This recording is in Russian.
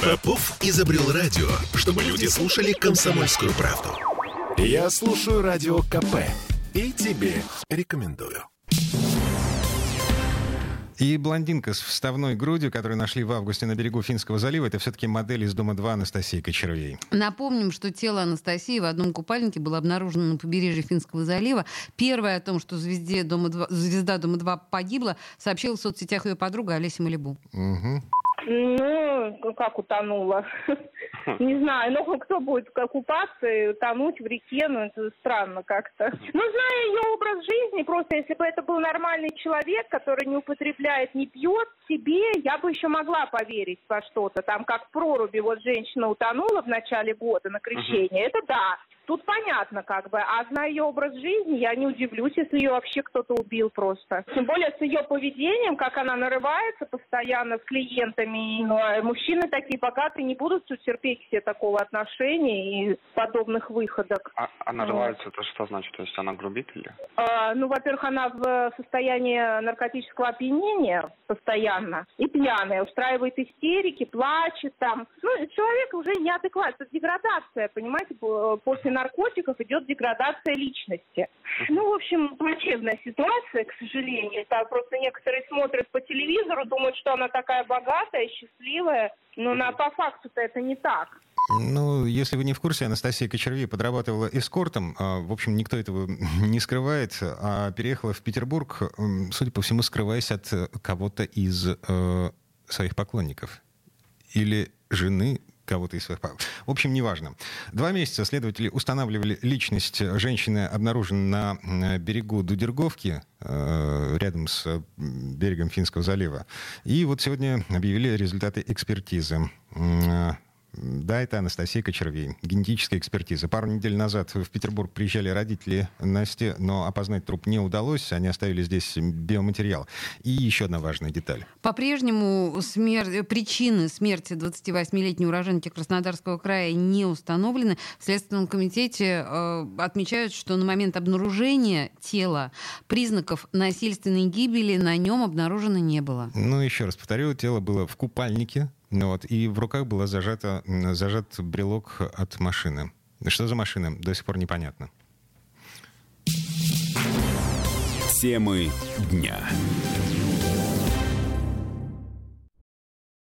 Попов изобрел радио, чтобы люди слушали комсомольскую правду. Я слушаю Радио КП и тебе рекомендую. И блондинка с вставной грудью, которую нашли в августе на берегу Финского залива, это все-таки модель из «Дома-2» Анастасии Кочервей. Напомним, что тело Анастасии в одном купальнике было обнаружено на побережье Финского залива. Первое о том, что звезда «Дома-2» погибла, сообщила в соцсетях ее подруга Олеся Малибу. Угу. Ну, как утонула. Не знаю, ну кто будет купаться и утонуть в реке, ну это странно как-то. Ну, зная ее образ жизни, просто если бы это был нормальный человек, который не употребляет, не пьет себе, я бы еще могла поверить во что-то. Там как в проруби, вот женщина утонула в начале года на крещение, это да. Тут понятно как бы, а зная ее образ жизни, я не удивлюсь, если ее вообще кто-то убил просто. Тем более с ее поведением, как она нарывается постоянно с клиентами. Мужчины такие богатые не будут терпеть все такого отношения и подобных выходок. А нарывается, это что значит? То есть она грубит или? Ну, во-первых, она в состоянии наркотического опьянения постоянно и пьяная, устраивает истерики, плачет там. Ну, человек уже неадекватный, это деградация, понимаете, после наркотиков идет деградация личности. Ну, в общем, плачевная ситуация, к сожалению. Там просто некоторые смотрят по телевизору, думают, что она такая богатая, счастливая, но по факту-то это не так. Ну, если вы не в курсе, Анастасия Кочервей подрабатывала эскортом. В общем, никто этого не скрывает. А переехала в Петербург, судя по всему, скрываясь от кого-то из своих поклонников. Или жены кого-то из своих... В общем, неважно. 2 месяца следователи устанавливали личность женщины, обнаруженной на берегу Дудерговки, рядом с берегом Финского залива. И вот сегодня объявили результаты экспертизы. Да, это Анастасия Кочервей. Генетическая экспертиза. Пару недель назад в Петербург приезжали родители Насти, но опознать труп не удалось. Они оставили здесь биоматериал. И еще одна важная деталь. По-прежнему причины смерти 28-летней уроженки Краснодарского края не установлены. В Следственном комитете отмечают, что на момент обнаружения тела признаков насильственной гибели на нем обнаружено не было. Ну, еще раз повторю, тело было в купальнике. Вот, и в руках был зажат брелок от машины. Что за машина, до сих пор непонятно. Темы дня.